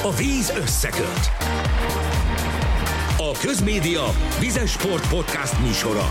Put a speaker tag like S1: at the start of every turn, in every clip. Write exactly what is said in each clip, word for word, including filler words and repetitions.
S1: A víz összeköt. A Közmédia Vizes Sport Podcast műsora.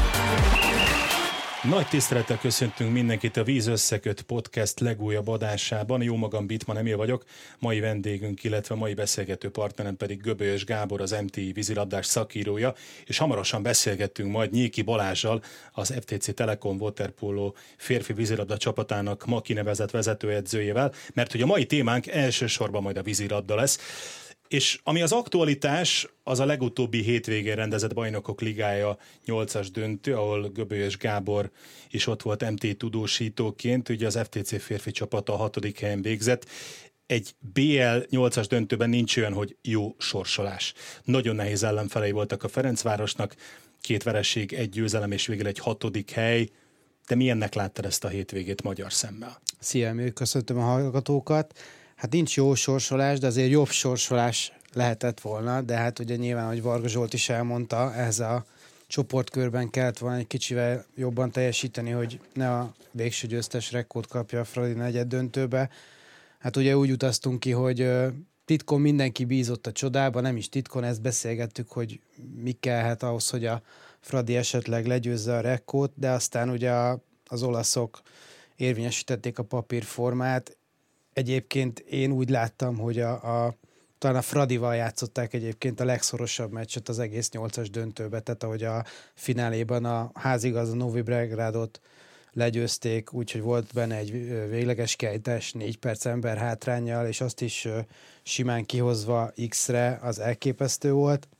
S2: Nagy tisztelettel köszöntünk mindenkit a Víz Összeköt Podcast legújabb adásában. Jó magam, Bitman Emil vagyok, mai vendégünk, illetve mai beszélgető partnerem pedig Göbölyös Gábor, az em té i vízilabdás szakírója, és hamarosan beszélgettünk majd Nyéki Balázssal, az ef té cé Telekom Waterpolo férfi vízilabda csapatának ma kinevezett vezetőedzőjével, mert hogy a mai témánk elsősorban majd a vízilabda lesz. És ami az aktualitás, az a legutóbbi hétvégén rendezett Bajnokok Ligája nyolcas döntő, ahol Göbölyös Gábor is ott volt em té tudósítóként, ugye az ef té cé férfi csapata a hatodik helyen végzett. Egy bé el nyolcas döntőben nincs olyan, hogy jó sorsolás. Nagyon nehéz ellenfelei voltak a Ferencvárosnak, két vereség, egy győzelem és végül egy hatodik hely. De milyennek láttad ezt a hétvégét magyar szemmel?
S3: Szia, Emil, köszöntöm a hallgatókat. Hát nincs jó sorsolás, de azért jobb sorsolás lehetett volna, de hát ugye nyilván, hogy Varga Zsolt is elmondta, ez a csoportkörben kellett volna egy kicsivel jobban teljesíteni, hogy ne a végső győztes Rekkót kapja a Fradi negyed döntőbe. Hát ugye úgy utaztunk ki, hogy titkon mindenki bízott a csodába, nem is titkon, ezt beszélgettük, hogy mi kellhet ahhoz, hogy a Fradi esetleg legyőzze a Rekkót, de aztán ugye az olaszok érvényesítették a papírformát. Egyébként én úgy láttam, hogy a, a, talán a Fradival játszották egyébként a legszorosabb meccset az egész nyolcas döntőbe, tehát ahogy a fináléban a házigazda Novi Belgrádot legyőzték, úgyhogy volt benne egy végleges kiállítás négy perc ember hátránnyal, és azt is simán kihozva X-re, az elképesztő volt.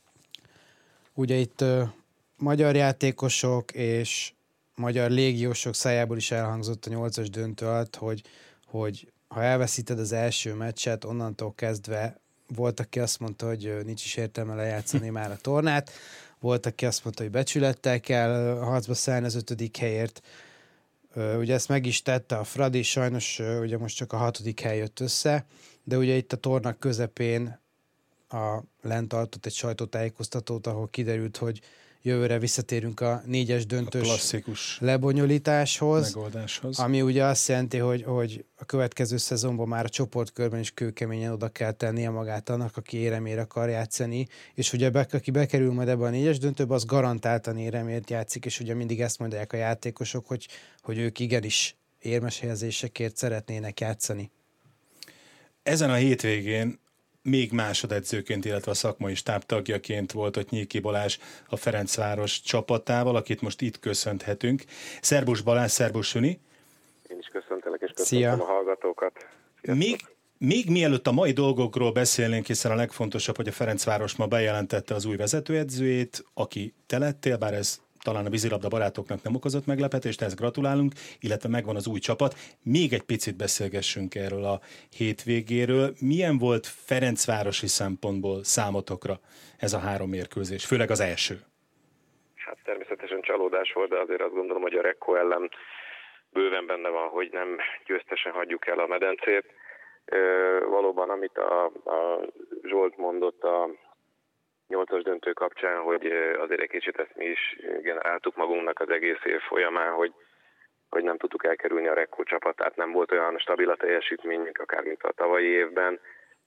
S3: Ugye itt uh, magyar játékosok és magyar légiósok szájából is elhangzott a nyolcas döntő alatt, hogy, hogy ha elveszíted az első meccset, onnantól kezdve volt, aki azt mondta, hogy nincs is értelme lejátszani már a tornát, volt, aki azt mondta, hogy becsülettel kell harcba szállni az ötödik helyért. Ugye ezt meg is tette a Fradi, sajnos ugye most csak a hatodik hely jött össze, de ugye itt a torna közepén a lent tartott egy sajtótájékoztatót, ahol kiderült, hogy jövőre visszatérünk a négyes döntős
S2: klasszikus
S3: lebonyolításhoz,
S2: megoldáshoz. Ami
S3: ugye azt jelenti, hogy, hogy a következő szezonban már a csoportkörben is kőkeményen oda kell tennie magát annak, aki éremért akar játszani, és ugye be, aki bekerül majd ebbe a négyes döntőbe, az garantáltan éremért játszik, és ugye mindig ezt mondják a játékosok, hogy, hogy ők igenis érmes helyezésekért szeretnének játszani.
S2: Ezen a hétvégén még másodedzőként, illetve a szakmai stáb tagjaként volt ott Nyéki Balázs a Ferencváros csapatával, akit most itt köszönhetünk. Szerbusz Balázs, szerbusz Juni.
S4: Én is köszöntelek, és köszöntöm Szia. a hallgatókat.
S2: Még, még mielőtt a mai dolgokról beszélnénk, hiszen a legfontosabb, hogy a Ferencváros ma bejelentette az új vezetőedzőjét, aki te lettél, bár ez talán a vízilabda barátoknak nem okozott meglepetést, ezt gratulálunk, illetve megvan az új csapat. Még egy picit beszélgessünk erről a hétvégéről. Milyen volt ferencvárosi szempontból számotokra ez a három mérkőzés, főleg az első?
S4: Hát természetesen csalódás volt, de azért azt gondolom, hogy a Rekkó ellen bőven benne van, hogy nem győztesen hagyjuk el a medencét. E, valóban, amit a, a Zsolt mondott a nyolcas döntő kapcsán, hogy azért egy kicsit ezt mi is generáltuk magunknak az egész év folyamán, hogy, hogy nem tudtuk elkerülni a Rekkó csapatát, nem volt olyan stabil a teljesítményünk, akár mint a tavalyi évben.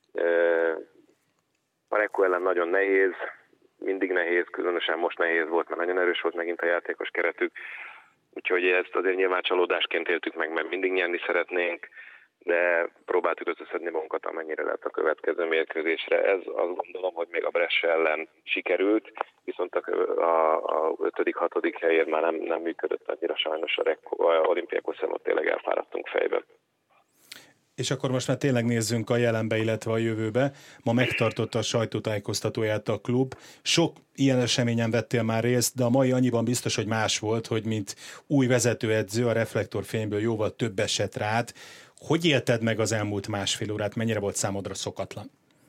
S4: A Rekkó ellen nagyon nehéz, mindig nehéz, különösen most nehéz volt, mert nagyon erős volt megint a játékos keretük, úgyhogy ezt azért nyilván csalódásként éltük meg, mert mindig nyerni szeretnénk, de próbáltuk összeszedni magunkat, amennyire lehet a következő mérkőzésre. Ez azt gondolom, hogy még a Brescia ellen sikerült, viszont a, a, a ötödik, hatodik helyért már nem, nem működött annyira sajnos a, a Olimpiákoszon, ott tényleg elfáradtunk fejbe.
S2: És akkor most már tényleg nézzünk a jelenbe, illetve a jövőbe. Ma megtartotta a sajtótájékoztatóját a klub. Sok ilyen eseményen vettél már részt, de a mai annyiban biztos, hogy más volt, hogy mint új vezetőedző a reflektorfényből jóval több esett rád. Hogy élted meg az elmúlt másfél órát? Mennyire volt számodra szokatlan?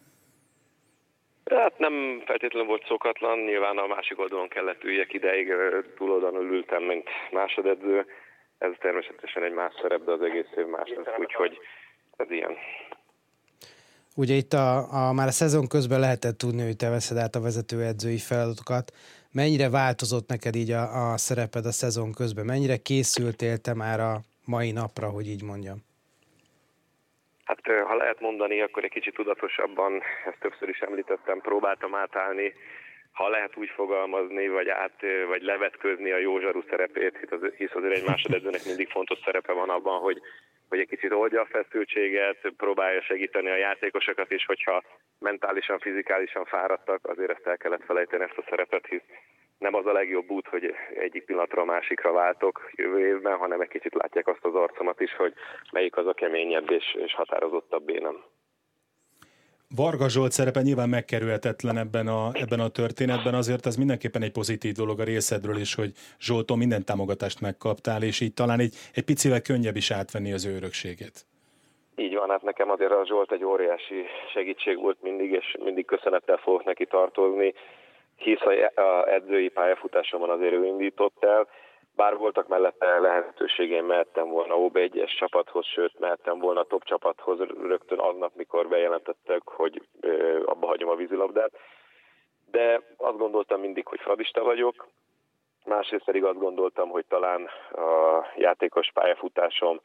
S4: Hát nem feltétlenül volt szokatlan, nyilván a másik oldalon kellett üljek ideig, túloldalon ültem, mint másodedző. Ez természetesen egy más szerep, de az egész év más lesz, úgyhogy ez ilyen.
S3: Ugye itt a, a, már a szezon közben lehetett tudni, hogy te veszed át a vezetőedzői feladatokat. Mennyire változott neked így a, a szereped a szezon közben? Mennyire készültél te már a mai napra, hogy így mondjam?
S4: Hát ha lehet mondani, akkor egy kicsit tudatosabban, ezt többször is említettem, próbáltam átállni, ha lehet úgy fogalmazni, vagy, át, vagy levetközni a jó zsaru szerepét, hisz azért egy másodedzőnek mindig fontos szerepe van abban, hogy, hogy egy kicsit oldja a feszültséget, próbálja segíteni a játékosokat is, hogyha mentálisan, fizikálisan fáradtak, azért ezt el kellett felejteni, ezt a szerepet, hisz nem az a legjobb út, hogy egyik pillanatra a másikra váltok jövő évben, hanem egy kicsit látják azt az arcomat is, hogy melyik az a keményebb és, és határozottabb énem.
S2: Varga Zsolt szerepe nyilván megkerülhetetlen ebben a, ebben a történetben, azért ez mindenképpen egy pozitív dolog a részedről is, hogy Zsoltól minden támogatást megkaptál, és így talán egy, egy picivel könnyebb is átvenni az ő örökségét.
S4: Így van, hát nekem azért a Zsolt egy óriási segítség volt mindig, és mindig köszönettel fogok neki tartozni, hisz a edzői pályafutásomon azért ő indított el, bár voltak mellette lehetőségeim, mehettem volna ó bé egyes csapathoz, sőt mehettem volna top csapathoz rögtön aznap, mikor bejelentettek, hogy abba hagyom a vízilabdát. De azt gondoltam mindig, hogy fradista vagyok, másrészt pedig azt gondoltam, hogy talán a játékos pályafutásom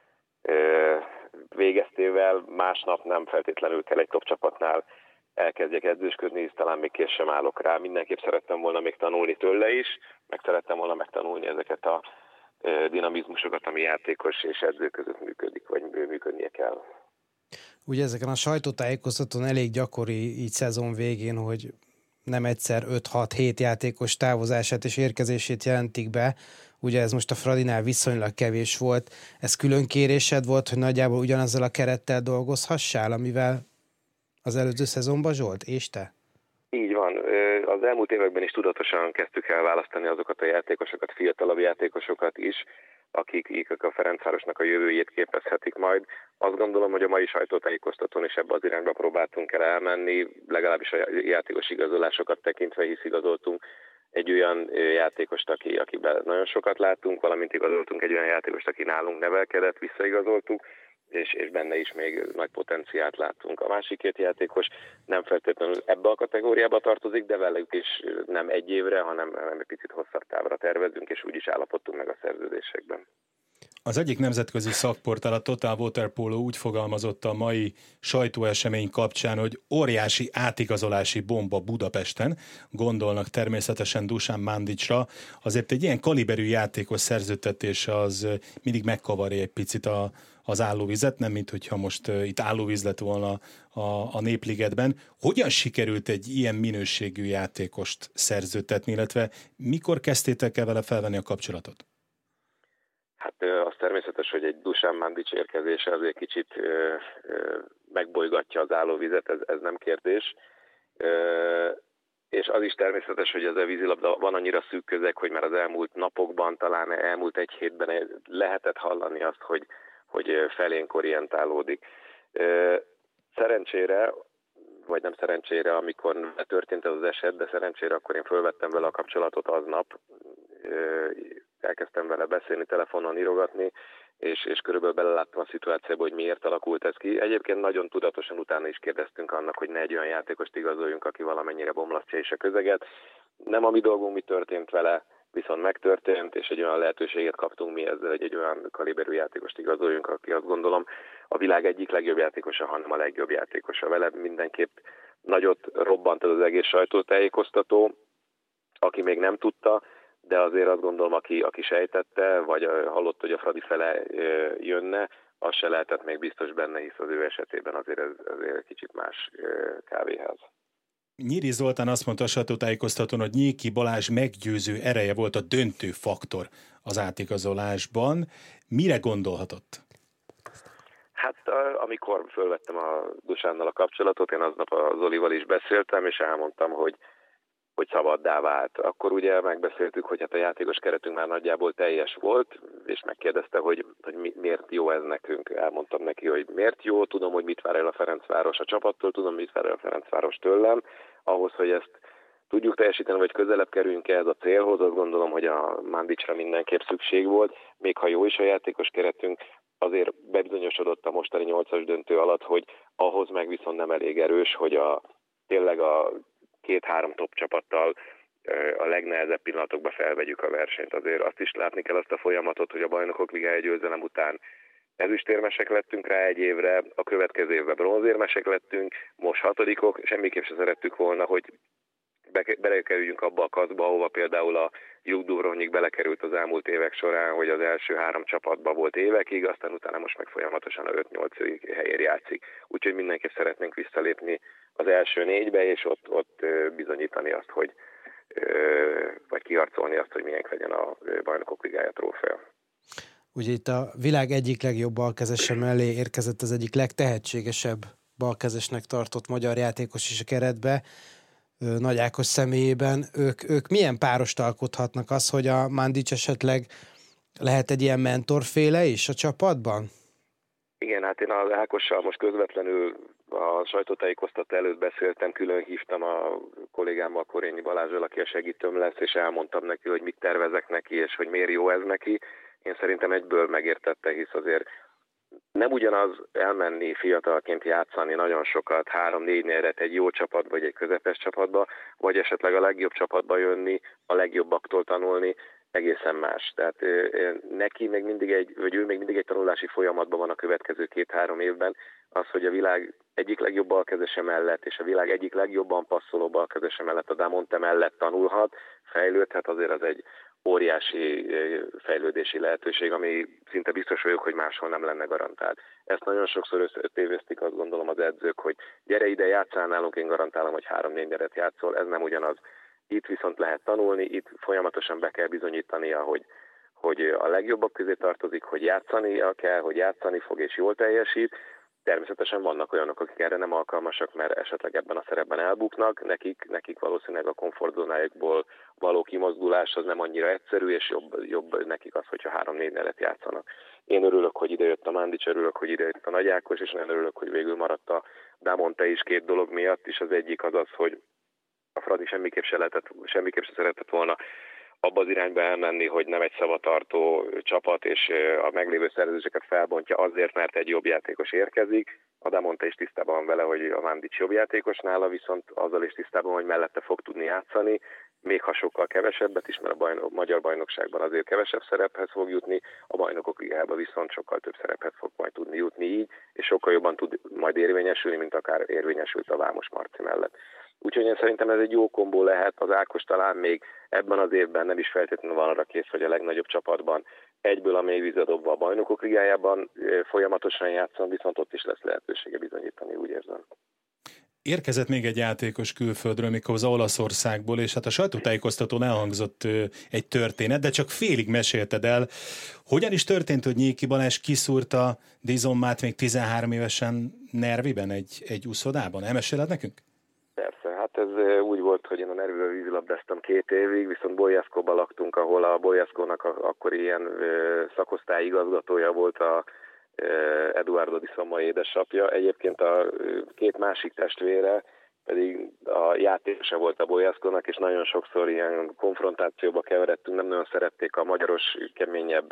S4: végeztével másnap nem feltétlenül kell egy top csapatnál elkezdjek edzősködni, hisz talán még kész sem állok rá. Mindenképp szerettem volna még tanulni tőle is, meg szerettem volna megtanulni ezeket a dinamizmusokat, ami játékos és edző között működik, vagy működnie kell.
S3: Ugye ezeken a sajtótájékoztatón elég gyakori így szezon végén, hogy nem egyszer öt-hat-hét játékos távozását és érkezését jelentik be. Ugye ez most a Fradinál viszonylag kevés volt. Ez külön kérésed volt, hogy nagyjából ugyanazzal a kerettel dolgozhassál, amivel az előző szezonban, Zsolt, és te?
S4: Így van. Az elmúlt években is tudatosan kezdtük el választani azokat a játékosokat, fiatalabb játékosokat is, akik a Ferencvárosnak a jövőjét képezhetik majd. Azt gondolom, hogy a mai sajtótájékoztatón is ebbe az irányba próbáltunk el elmenni, legalábbis a játékos igazolásokat tekintve, hisz igazoltunk egy olyan játékost, aki, akiben nagyon sokat láttunk, valamint igazoltunk egy olyan játékost, aki nálunk nevelkedett, visszaigazoltuk, és, és benne is még nagy potenciált láttunk. A másik két játékos nem feltétlenül ebbe a kategóriába tartozik, de velük is nem egy évre, hanem, hanem egy picit hosszabb távra tervezünk, és úgy is állapodtunk meg a szerződésekben.
S2: Az egyik nemzetközi szakportál, a Total Waterpolo úgy fogalmazott a mai sajtóesemény kapcsán, hogy óriási átigazolási bomba Budapesten, gondolnak természetesen Dusan Mandićra, azért egy ilyen kaliberű játékos szerződtetése az mindig megkavarja egy picit a, az állóvizet, nem mint hogyha most itt állóvíz lett volna a, a Népligetben. Hogyan sikerült egy ilyen minőségű játékost szerződtetni, illetve mikor kezdtétek el vele felvenni a kapcsolatot?
S4: Hát az természetes, hogy egy Dusan Mandić érkezése azért kicsit ö, ö, megbolygatja az állóvizet, ez, ez nem kérdés. Ö, és az is természetes, hogy ez a vízilabda van annyira szűk közeg, hogy már az elmúlt napokban, talán elmúlt egy hétben lehetett hallani azt, hogy, hogy felénk orientálódik. Ö, szerencsére, vagy nem szerencsére, amikor történt ez az eset, de szerencsére akkor én fölvettem vele a kapcsolatot aznap, ö, elkezdtem vele beszélni, telefonon írogatni, és, és körülbelül beleláttam a szituációba, hogy miért alakult ez ki. Egyébként nagyon tudatosan utána is kérdeztünk annak, hogy ne egy olyan játékost igazoljunk, aki valamennyire bomlasztja is a közeget. Nem a mi dolgunk, mi történt vele, viszont megtörtént, és egy olyan lehetőséget kaptunk mi ezzel, hogy egy olyan kaliberű játékost igazoljunk, aki azt gondolom a világ egyik legjobb játékosa, hanem a legjobb játékosa. Vele mindenképp nagyot robbant az egész sajtótájékoztató, aki még nem tudta, de azért azt gondolom, aki, aki sejtette, vagy hallott, hogy a Fradi fele jönne, az se lehetett még biztos benne, hisz az ő esetében azért ez azért egy kicsit más kávéház.
S2: Nyíri Zoltán azt mondta a sajtótájékoztatón, hogy Nyéki Balázs meggyőző ereje volt a döntő faktor az átigazolásban. Mire gondolhatott?
S4: Hát amikor fölvettem a Dusánnal a kapcsolatot, én aznap a Zolival is beszéltem, és elmondtam, hogy hogy szabaddá vált. Akkor ugye megbeszéltük, hogy hát a játékos keretünk már nagyjából teljes volt, és megkérdezte, hogy, hogy mi, miért jó ez nekünk. Elmondtam neki, hogy miért jó, tudom, hogy mit vár el a Ferencváros a csapattól, tudom, mit vár el a Ferencváros tőlem. Ahhoz, hogy ezt tudjuk teljesíteni, vagy közelebb kerüljünk ehhez a célhoz, azt gondolom, hogy a Mandićra mindenképp szükség volt. Még ha jó is a játékos keretünk, azért bebizonyosodott a mostani nyolcas döntő alatt, hogy ahhoz meg viszont nem elég erős, hogy a tényleg a két-három top csapattal a legnehezebb pillanatokban felvegyük a versenyt. Azért azt is látni kell azt a folyamatot, hogy a Bajnokok Ligája győzelem után ezüstérmesek lettünk rá egy évre, a következő évben bronzérmesek lettünk, most hatodikok, semmiképp se szerettük volna, hogy belekerüljünk abba a kaszba, ahova például a Juk Dubrovnik belekerült az elmúlt évek során, hogy az első három csapatban volt évekig, aztán utána most meg folyamatosan a öt-nyolc helyén játszik. Úgyhogy mindenképp szeretnénk visszalépni az első négybe, és ott, ott bizonyítani azt, hogy vagy kiharcolni azt, hogy milyen legyen a Bajnokok Ligája trófea.
S3: Ugye itt a világ egyik legjobb balkezese mellé érkezett az egyik legtehetségesebb balkezesnek tartott magyar játékos is a keretbe, Nagy Ákos személyében. Ők, ők milyen párost alkothatnak? Az, hogy a Mandic esetleg lehet egy ilyen mentorféle is a csapatban?
S4: Igen, hát én az Ákossal most közvetlenül a sajtótájékoztató előtt beszéltem, külön hívtam a kollégámmal, Korényi Balázsral, aki a segítőm lesz, és elmondtam neki, hogy mit tervezek neki, és hogy miért jó ez neki. Én szerintem egyből megértette, hisz azért nem ugyanaz elmenni fiatalként játszani nagyon sokat, három-négy négyet egy jó csapat vagy egy közepes csapatba, vagy esetleg a legjobb csapatba jönni, a legjobbaktól tanulni, egészen más. Tehát neki még mindig egy, vagy ő még mindig egy tanulási folyamatban van a következő két-három évben. Az, hogy a világ egyik legjobb balkezese mellett, és a világ egyik legjobban passzoló balkezese mellett, a Damonte mellett tanulhat, fejlődhet, azért az egy óriási fejlődési lehetőség, ami szinte biztos vagyok, hogy máshol nem lenne garantált. Ezt nagyon sokszor összetévesztik, azt gondolom az edzők, hogy gyere ide, játsszál nálunk, én garantálom, hogy három-négy nyeret játszol, ez nem ugyanaz. Itt viszont lehet tanulni, itt folyamatosan be kell bizonyítania, hogy, hogy a legjobbak közé tartozik, hogy játszania kell, hogy játszani fog és jól teljesít. Természetesen vannak olyanok, akik erre nem alkalmasak, mert esetleg ebben a szerepben elbuknak, nekik, nekik valószínűleg a komfortzónájukból való kimozdulás az nem annyira egyszerű, és jobb, jobb nekik az, hogyha három-négy nelet játszanak. Én örülök, hogy idejött a Mandic, örülök, hogy idejött a Nagy Ákos, és nagyon örülök, hogy végül maradt a Damonte is két dolog miatt, és az egyik az az, hogy a Fradi semmiképp se, lehetett, semmiképp se szeretett volna abba az irányba elmenni, hogy nem egy szavatartó csapat, és a meglévő szerződéseket felbontja azért, mert egy jobb játékos érkezik. A Damonte is tisztában van vele, hogy a Mandic jobb játékos nála, viszont azzal is tisztában, hogy mellette fog tudni játszani, még ha sokkal kevesebbet is, mert a bajnok, magyar bajnokságban azért kevesebb szerephez fog jutni, a Bajnokok Ligájában viszont sokkal több szerephez fog majd tudni jutni így, és sokkal jobban tud majd érvényesülni, mint akár érvényesült a Vámos Marci mellett. Úgyhogy én szerintem ez egy jó kombó lehet, az Ákos talán még ebben az évben nem is feltétlenül van arra kész, hogy a legnagyobb csapatban egyből a mélyvízre dobva a Bajnokok Ligájában folyamatosan játszon, viszont ott is lesz lehetősége bizonyítani, úgy érzem.
S2: Érkezett még egy játékos külföldről, mikor az Olaszországból, és hát a sajtótájékoztatón elhangzott egy történet, de csak félig mesélted el. Hogyan is történt, hogy Nyéki Balázs kiszúrta Dizommát még tizenhárom évesen Nerviben, egy, egy úszodában? Elmeséled nekünk?
S4: Persze, hát ez úgy volt, hogy én a Nervivel vízilabdáztam két évig, viszont Bolyaszkóban laktunk, ahol a Bolyaszkónak akkor ilyen szakosztályi igazgatója volt a Eduardo Dizomma édesapja. Egyébként a két másik testvére pedig a játékosa volt a Bolyaszkónak, és nagyon sokszor ilyen konfrontációba keveredtünk, nem nagyon szerették a magyaros, keményebb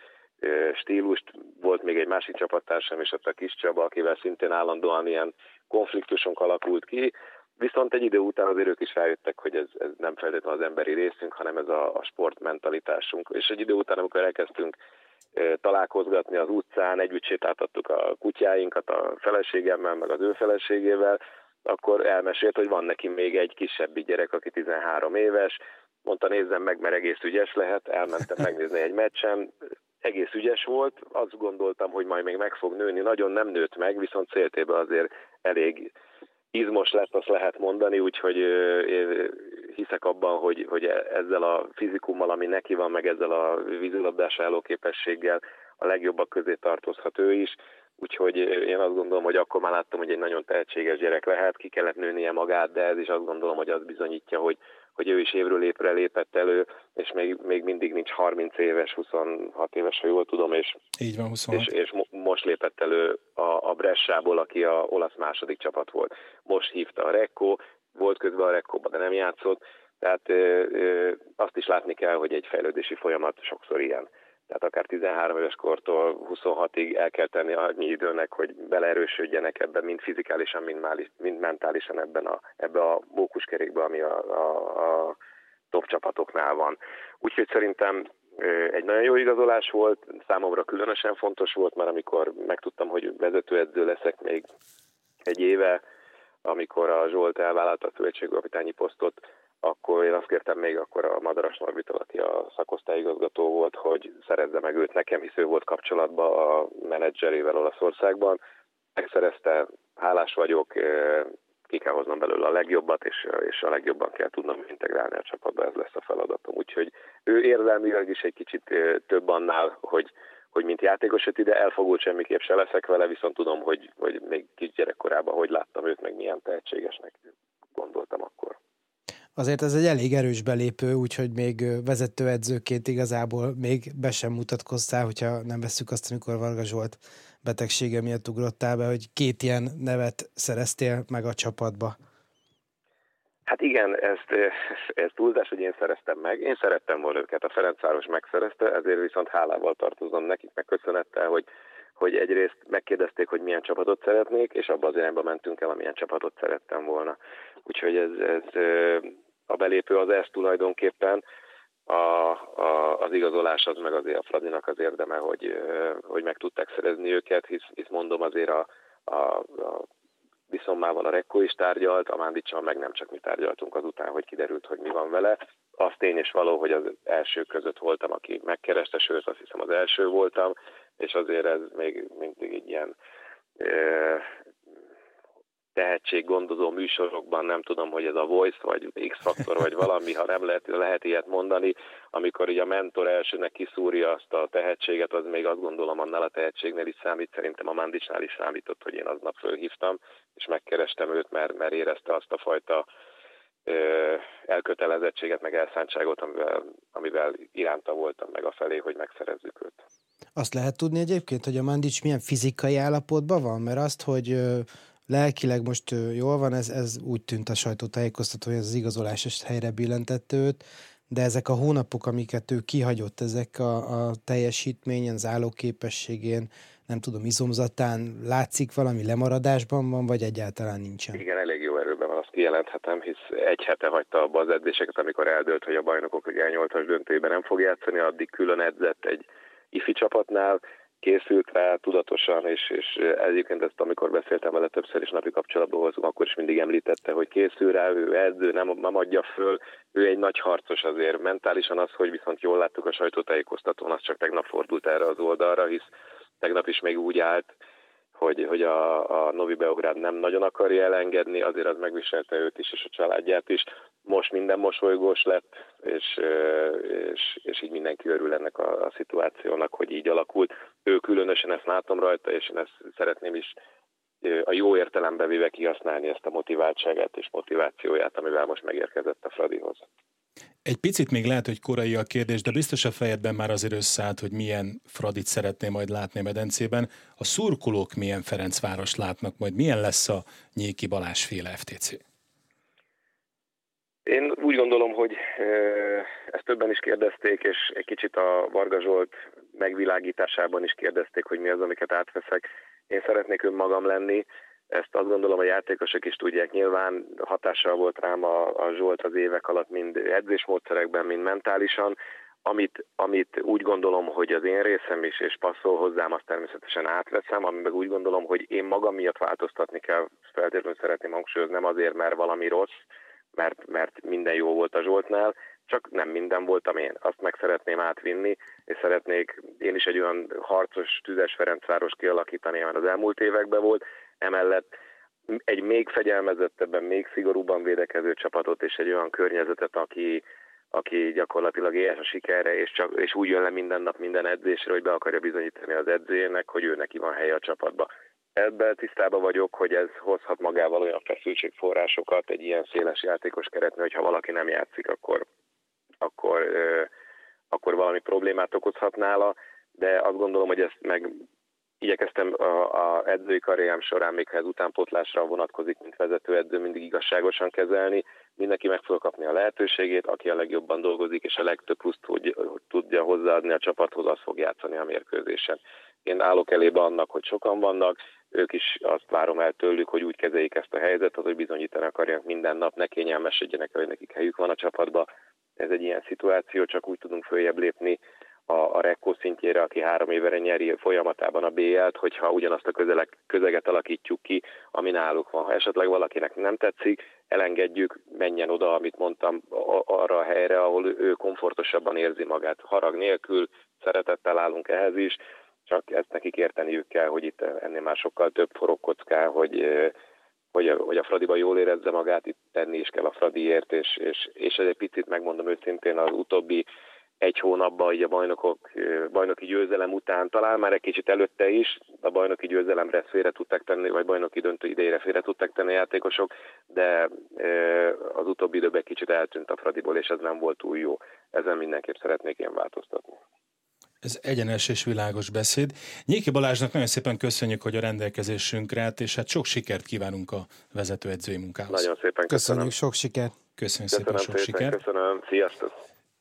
S4: stílust. Volt még egy másik csapattársam, és ott a Kis Csaba, akivel szintén állandóan ilyen konfliktusunk alakult ki. Viszont egy idő után azért ők is rájöttek, hogy ez, ez nem feltétlenül az emberi részünk, hanem ez a, a sportmentalitásunk. És egy idő után, amikor elkezdtünk e, találkozgatni az utcán, együtt sétáltattuk a kutyáinkat a feleségemmel, meg az ő feleségével, akkor elmesélt, hogy van neki még egy kisebbi gyerek, aki tizenhárom éves. Mondta, nézzem meg, mert egész ügyes lehet. Elmentem megnézni egy meccsen. Egész ügyes volt. Azt gondoltam, hogy majd még meg fog nőni. Nagyon nem nőtt meg, viszont céltében azért elég izmos lett, azt lehet mondani, úgyhogy én hiszek abban, hogy, hogy ezzel a fizikummal, ami neki van, meg ezzel a vízilabdás állóképességgel a legjobbak közé tartozhat ő is. Úgyhogy én azt gondolom, hogy akkor már láttam, hogy egy nagyon tehetséges gyerek lehet, ki kellett nőnie magát, de ez is azt gondolom, hogy az bizonyítja, hogy, hogy ő is évről évre lépett elő, és még, még mindig nincs harminc éves, huszonhat éves, ha jól tudom, és,
S2: Így van, huszonhat.
S4: és, és mo- most lépett elő a, a Bressából, aki a olasz második csapat volt. Most hívta a Recco, volt közben a Reccóban, de nem játszott, tehát ö, ö, azt is látni kell, hogy egy fejlődési folyamat sokszor ilyen. Tehát akár tizenhárom éves kortól huszonhatig el kell tenni annyi időnek, hogy beleerősödjenek ebben, mind fizikálisan, mind, mális, mind mentálisan ebben a, ebbe a mókuskerékbe, ami a, a, a top csapatoknál van. Úgyhogy szerintem Egy nagyon jó igazolás volt, számomra különösen fontos volt, mert amikor megtudtam, hogy vezetőedző leszek még egy éve, amikor a Zsolt elvállalta a szövetségkapitányi posztot, akkor én azt kértem még akkor a Madaras Norbitól, aki a szakosztályigazgató volt, hogy szerezze meg őt nekem, hisz ő volt kapcsolatban a menedzserével Olaszországban. Megszerezte, hálás vagyok, ki kell hoznom belőle a legjobbat, és, és a legjobban kell tudnom integrálni a csapatba, ez lesz a feladatom. Úgyhogy ő érzelmileg is egy kicsit több annál, hogy, hogy mint játékos jött ide, elfogult semmiképp se leszek vele, viszont tudom, hogy, hogy még kisgyerekkorában hogy láttam őt, meg milyen tehetségesnek gondoltam akkor.
S3: Azért ez egy elég erős belépő, úgyhogy még vezetőedzőként igazából még be sem mutatkoztál, hogyha nem vesszük azt, amikor Varga Zsolt betegsége miatt ugrottál be, hogy két ilyen nevet szereztél meg a csapatba.
S4: Hát igen, ezt, ez túlzás, hogy én szereztem meg. Én szerettem volna őket, a Ferencváros megszerezte, ezért viszont hálával tartozom nekik, meg köszönettel, hogy, hogy egyrészt megkérdezték, hogy milyen csapatot szeretnék, és abban az irányba mentünk el, amilyen csapatot szerettem volna. Úgyhogy ez, ez a belépő az ez tulajdonképpen, a, a, az igazolás az meg azért a Fradinak az érdeme, hogy, hogy meg tudták szerezni őket, hisz, hisz mondom azért a, a, a Viszommával a Rekko is tárgyalt, a Mándicsal meg nem csak mi tárgyaltunk azután, hogy kiderült, hogy mi van vele. Az tény és való, hogy az első között voltam, aki megkereste, sőt azt hiszem az első voltam, és azért ez még mindig egy ilyen tehetséggondozó műsorokban, nem tudom, hogy ez a Voice, vagy X-faktor, vagy valami, ha nem lehet, lehet ilyet mondani, amikor így a mentor elsőnek kiszúrja azt a tehetséget, az még azt gondolom annál a tehetségnél is számít, szerintem a Mandicsnál is számított, hogy én aznap fölhívtam, és megkerestem őt, mert, mert érezte azt a fajta ö, elkötelezettséget, meg elszántságot, amivel, amivel iránta voltam meg a felé, hogy megszerezzük őt.
S3: Azt lehet tudni egyébként, hogy a Mandics milyen fizikai állapotban van? Mert azt, hogy lelkileg most jól van, ez, ez úgy tűnt a sajtótájékoztató, hogy az igazolás is helyre billentette őt, de ezek a hónapok, amiket ő kihagyott, ezek a, a teljesítményen, az állóképességén, nem tudom, izomzatán látszik valami lemaradásban van, vagy egyáltalán nincsen?
S4: Igen, elég jó erőben van, azt kijelenthetem, hisz egy hete hagyta abba az edzéseket, amikor eldőlt, hogy a Bajnokok Ligája nyolcas döntőjében nem fog játszani, addig külön edzett egy ifi csapatnál, készült rá tudatosan, és, és egyébként ezt, amikor beszéltem vele többször is napi kapcsolatban voltunk, akkor is mindig említette, hogy készül rá, ő edző, nem, nem adja föl, ő egy nagy harcos azért. Mentálisan az, hogy viszont jól láttuk a sajtótájékoztatón, az csak tegnap fordult erre az oldalra, hisz tegnap is még úgy állt, hogy, hogy a, a Novi Beograd nem nagyon akarja elengedni, azért az megviselte őt is, és a családját is. Most minden mosolygós lett, és, és, és így mindenki örül ennek a, a szituációnak, hogy így alakult. Ő különösen ezt látom rajta, és én ezt szeretném is a jó értelembe véve kihasználni, ezt a motiváltságát és motivációját, amivel most megérkezett a Fradihoz.
S2: Egy picit még lehet, hogy korai a kérdés, de biztos a fejedben már azért összeállt, hogy milyen Fradit szeretné majd látni a medencében. A szurkolók milyen Ferencvárost látnak majd? Milyen lesz a Nyéki Balázs féle ef té cé?
S4: Én úgy gondolom, hogy ezt többen is kérdezték, és egy kicsit a Varga Zsolt megvilágításában is kérdezték, hogy mi az, amiket átveszek. Én szeretnék önmagam lenni, ezt azt gondolom a játékosok is tudják. Nyilván hatással volt rám a, a Zsolt az évek alatt, mind edzésmódszerekben, mind mentálisan. Amit, amit úgy gondolom, hogy az én részem is, és passzol hozzám, azt természetesen átveszem, ami meg úgy gondolom, hogy én magam miatt változtatni kell, feltétlenül szeretném hangsúlyozni, nem azért, mert valami rossz, mert, mert minden jó volt a Zsoltnál, csak nem minden voltam én. Azt meg szeretném átvinni, és szeretnék én is egy olyan harcos, tüzes Ferencváros kialakítani, amely az elmúlt években volt. Emellett egy még fegyelmezettebben, még szigorúbban védekező csapatot, és egy olyan környezetet, aki, aki gyakorlatilag éhes a sikerre, és, csak, és úgy jön le minden nap, minden edzésre, hogy be akarja bizonyítani az edzőjének, hogy ő neki van helye a csapatba. Ebben tisztában vagyok, hogy ez hozhat magával olyan feszültségforrásokat egy ilyen széles játékos keretnél, hogyha valaki nem játszik, akkor, akkor, euh, akkor valami problémát okozhat nála, de azt gondolom, hogy ezt meg igyekeztem a, a edzői karrierem során, még ha ez utánpótlásra vonatkozik, mint vezetőedző, mindig igazságosan kezelni. Mindenki meg fog kapni a lehetőségét, aki a legjobban dolgozik, és a legtöbb pluszt tudja, tudja hozzáadni a csapathoz, az fog játszani a mérkőzésen. Én állok elébe annak, hogy sokan vannak, ők is azt várom el tőlük, hogy úgy kezeljék ezt a helyzetet, hogy bizonyítani akarják minden nap, ne kényelmesedjenek, hogy nekik helyük van a csapatba. Ez egy ilyen szituáció, csak úgy tudunk följebb lépni a, a Rekko szintjére, aki három évre nyeri folyamatában a bé el-t, hogyha ugyanazt a közeleg, közeget alakítjuk ki, ami náluk van. Ha esetleg valakinek nem tetszik, elengedjük, menjen oda, amit mondtam, arra a helyre, ahol ő komfortosabban érzi magát. Harag nélkül, szeretettel állunk ehhez is, csak ezt nekik érteniük kell, hogy itt ennél már sokkal több forog kocká, hogy, hogy, a, hogy a Fradiban jól érezze magát, itt tenni is kell a Fradiért, és, és, és egy picit megmondom őszintén az utóbbi egy hónapban így a bajnokok, bajnoki győzelem után, talán már egy kicsit előtte is, a bajnoki győzelemre félre tudták tenni, vagy bajnoki döntő idejére félre tudták tenni a játékosok, de az utóbbi időben kicsit eltűnt a Fradiból, és ez nem volt túl jó. Ezen mindenképp szeretnék én változtatni.
S2: Ez egyenes és világos beszéd. Nyéki Balázsnak nagyon szépen köszönjük, hogy a rendelkezésünkre állt, és hát sok sikert kívánunk a vezetőedzői munkához.
S4: Nagyon szépen köszönöm.
S3: Köszönjük, sok sikert.
S2: Köszönjük
S4: köszönöm
S2: szépen, sok
S4: szépen,
S2: sikert.
S4: Köszönöm, sziasztok.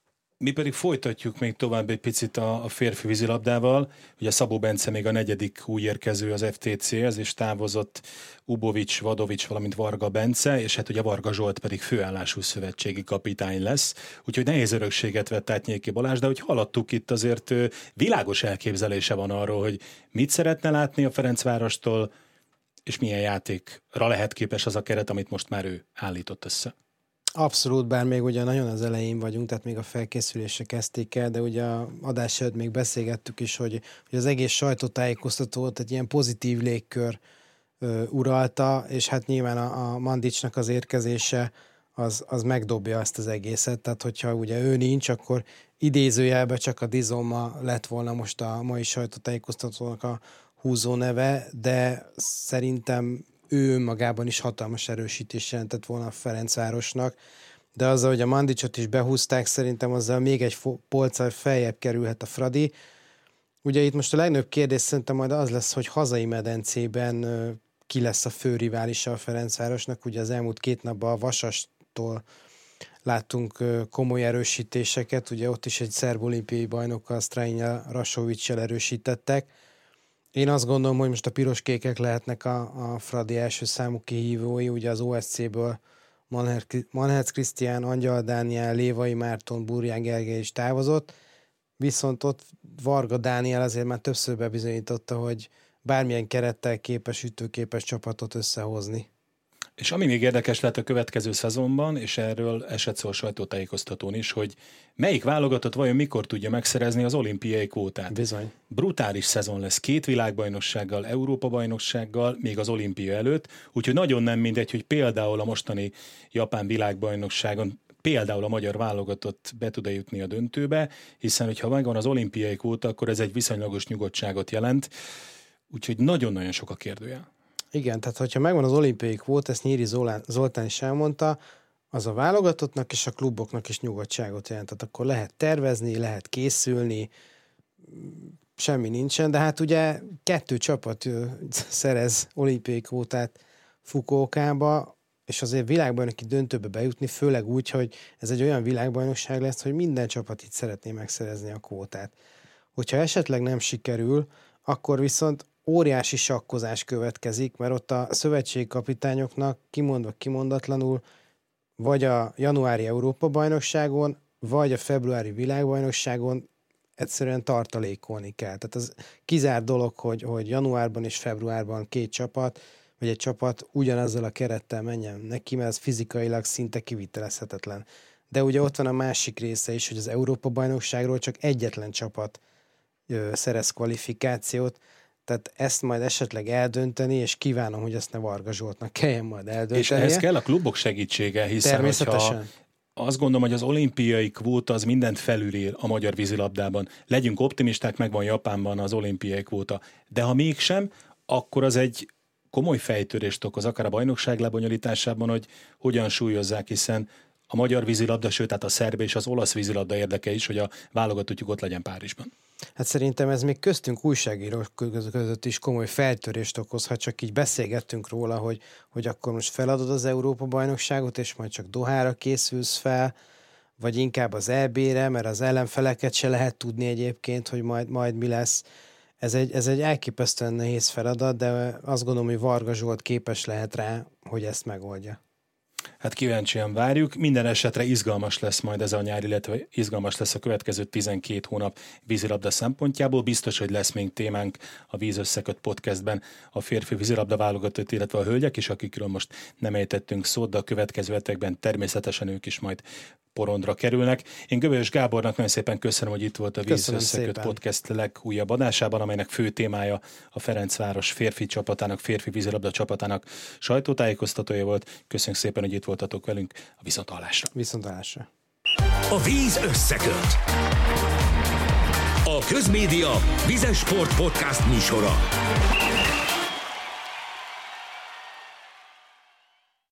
S2: Mi pedig folytatjuk még tovább egy picit a, a férfi vízilabdával. Ugye Szabó Bence még a negyedik új érkező az ef té céhez, és távozott Ubovics, Vadovics, valamint Varga Bence, és hát ugye Varga Zsolt pedig főállású szövetségi kapitány lesz. Úgyhogy nehéz örökséget vett át Nyéki Balázs, de hogy haladtuk itt, azért világos elképzelése van arról, hogy mit szeretne látni a Ferencvárostól, és milyen játékra lehet képes az a keret, amit most már ő állított össze.
S3: Abszolút, bár még ugye nagyon az elején vagyunk, tehát még a felkészülésre kezdték el, de ugye a adás előtt még beszélgettük is, hogy, hogy az egész sajtótájékoztatót egy ilyen pozitív légkör ö, uralta, és hát nyilván a, a Mandicsnak az érkezése az, az megdobja azt az egészet, tehát hogyha ugye ő nincs, akkor idézőjelben csak a Dizoma lett volna most a mai sajtótájékoztatónak a húzó neve, de szerintem ő önmagában is hatalmas erősítés jelentett volna a Ferencvárosnak, de azzal, hogy a Mandicsot is behúzták, szerintem azzal még egy polccal feljebb kerülhet a Fradi. Ugye itt most a legnagyobb kérdés szerintem majd az lesz, hogy hazai medencében ki lesz a fő riválisa a Ferencvárosnak. Ugye az elmúlt két napban a Vasastól láttunk komoly erősítéseket, ugye ott is egy szerb olimpiai bajnokkal, Strajnja Rasovics-sel erősítettek. Én azt gondolom, hogy most a piroskékek lehetnek a, a Fradi első számú kihívói, ugye az o es cé-ből Manherc Krisztián, Angyal Dániel, Lévai Márton, Burján Gergely is távozott, viszont ott Varga Dániel azért már többször bebizonyította, hogy bármilyen kerettel képes, ütőképes csapatot összehozni.
S2: És ami még érdekes lehet a következő szezonban, és erről esett szó a sajtótájékoztatón is, hogy melyik válogatott vajon mikor tudja megszerezni az olimpiai kvótát.
S3: Bizony.
S2: Brutális szezon lesz, két világbajnoksággal, Európa-bajnoksággal, még az olimpia előtt, úgyhogy nagyon nem mindegy, hogy például a mostani japán világbajnokságon például a magyar válogatott be tud-e jutni a döntőbe, hiszen hogyha megvan az olimpiai kvóta, akkor ez egy viszonylagos nyugodtságot jelent, úgyhogy nagyon-nagyon sok a kérdőjel.
S3: Igen, tehát hogyha megvan az olimpiai kvóta, ezt Nyíri Zoltán is elmondta, az a válogatottnak és a kluboknak is nyugodtságot jelent. Tehát akkor lehet tervezni, lehet készülni, semmi nincsen, de hát ugye kettő csapat szerez olimpiai kvótát Fukuokába, és azért világbajnoki döntőbe bejutni, főleg úgy, hogy ez egy olyan világbajnokság lesz, hogy minden csapat itt szeretné megszerezni a kvótát. Hogyha esetleg nem sikerül, akkor viszont óriási sakkozás következik, mert ott a szövetségkapitányoknak kimondva kimondatlanul vagy a januári Európa-bajnokságon, vagy a februári világbajnokságon egyszerűen tartalékolni kell. Tehát az kizárt dolog, hogy, hogy januárban és februárban két csapat, vagy egy csapat ugyanazzal a kerettel menjen neki, mert ez fizikailag szinte kivitelezhetetlen. De ugye ott van a másik része is, hogy az Európa-bajnokságról csak egyetlen csapat ö, szerez kvalifikációt, tehát ezt majd esetleg eldönteni, és kívánom, hogy ezt ne Varga Zsoltnak kelljen majd eldönteni.
S2: És ehhez kell a klubok segítsége, hiszen
S3: természetesen.
S2: Azt gondolom, hogy az olimpiai kvóta az mindent felülír a magyar vízilabdában. Legyünk optimisták, megvan Japánban az olimpiai kvóta. De ha mégsem, akkor az egy komoly fejtörést okoz, akár a bajnokság lebonyolításában, hogy hogyan súlyozzák, hiszen a magyar vízilabda, sőt, tehát a szerb és az olasz vízilabda érdeke is, hogy a válogatottjuk ott legyen Párizsban.
S3: Hát szerintem ez még köztünk újságírók között is komoly feltörést okoz, ha csak így beszélgettünk róla, hogy, hogy akkor most feladod az Európa-bajnokságot, és majd csak Dohára készülsz fel, vagy inkább az é bé-re, mert az ellenfeleket se lehet tudni egyébként, hogy majd, majd mi lesz. Ez egy, ez egy elképesztően nehéz feladat, de azt gondolom, hogy Varga Zsolt képes lehet rá, hogy ezt megoldja.
S2: Hát kíváncsian várjuk. Minden esetre izgalmas lesz majd ez a nyár, illetve izgalmas lesz a következő tizenkét hónap vízilabda szempontjából. Biztos, hogy lesz még témánk a Víz Összeköt podcastben a férfi vízilabda válogatott, illetve a hölgyek is, akikről most nem ejtettünk szót, de a következő hetekben természetesen ők is majd porondra kerülnek. Én Göbölyös Gábornak nagyon szépen köszönöm, hogy itt volt a Víz Összeköt podcast legújabb adásában, amelynek fő témája a Ferencváros férfi csapatának, férfi vízilabda csapatának sajtótájékoztatója volt. Köszönjük szépen, hogy itt voltatok velünk. A viszonthallásra.
S3: Viszonthallásra.
S1: A Víz Összeköt. A Közmédia Vizes Sport podcast műsora.